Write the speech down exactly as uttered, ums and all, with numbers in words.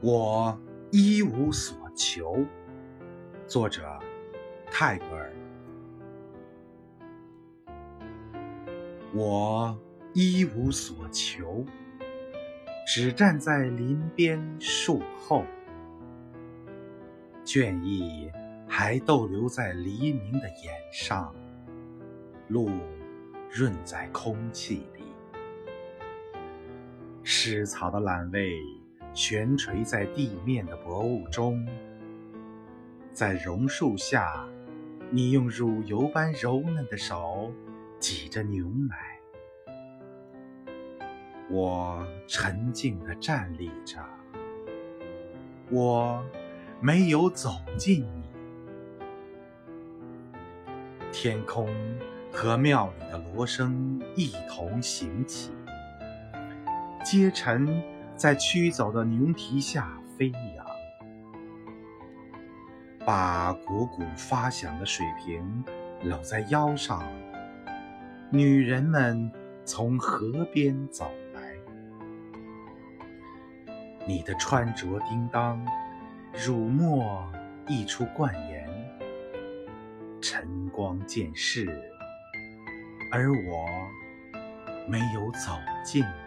我一无所求。作者泰戈尔。我一无所求，只站在林边树后，倦意还逗留在黎明的眼上，露润在空气里。湿草的懒味悬垂在地面的薄雾中，在榕树下，你用乳油般柔嫩的手挤着牛奶。我沉静地站立着，我没有走近你。天空和庙里的锣声一同行起，阶尘在驱走的牛蹄下飞扬，把汩汩发响的水瓶搂在腰上。女人们从河边走来，你的穿着叮当，乳沫溢出冠言，晨光渐逝，而我没有走近。